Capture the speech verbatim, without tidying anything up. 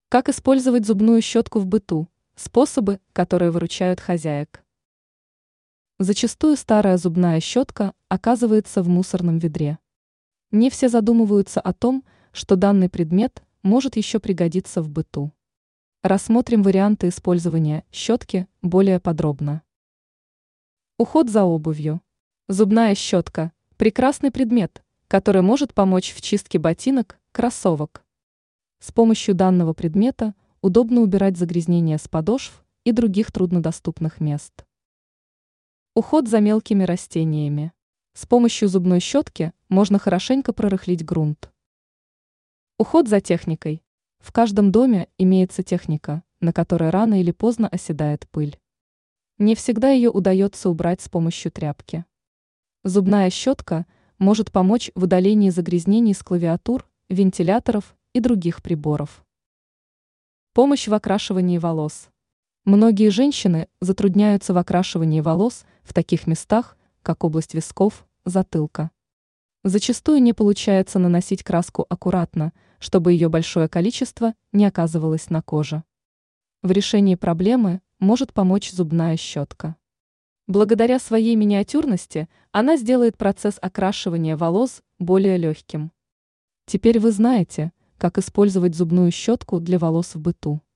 Как использовать зубную щетку в быту? Способы, которые выручают хозяек. Зачастую старая зубная щетка оказывается в мусорном ведре. Не все задумываются о том, что данный предмет может еще пригодиться в быту. Рассмотрим варианты использования щетки более подробно. Уход за обувью. Зубная щетка – прекрасный предмет, который может помочь в чистке ботинок, кроссовок. С помощью данного предмета удобно убирать загрязнения с подошв и других труднодоступных мест. Уход за мелкими растениями. С помощью зубной щетки можно хорошенько прорыхлить грунт. Уход за техникой. В каждом доме имеется техника, на которой рано или поздно оседает пыль. Не всегда ее удается убрать с помощью тряпки. Зубная щетка может помочь в удалении загрязнений с клавиатур, вентиляторов и других приборов. Помощь в окрашивании волос. Многие женщины затрудняются в окрашивании волос в таких местах, как область висков, затылка. Зачастую не получается наносить краску аккуратно, чтобы ее большое количество не оказывалось на коже. В решении проблемы может помочь зубная щетка. Благодаря своей миниатюрности она сделает процесс окрашивания волос более легким. Теперь вы знаете, как использовать зубную щетку для волос в быту.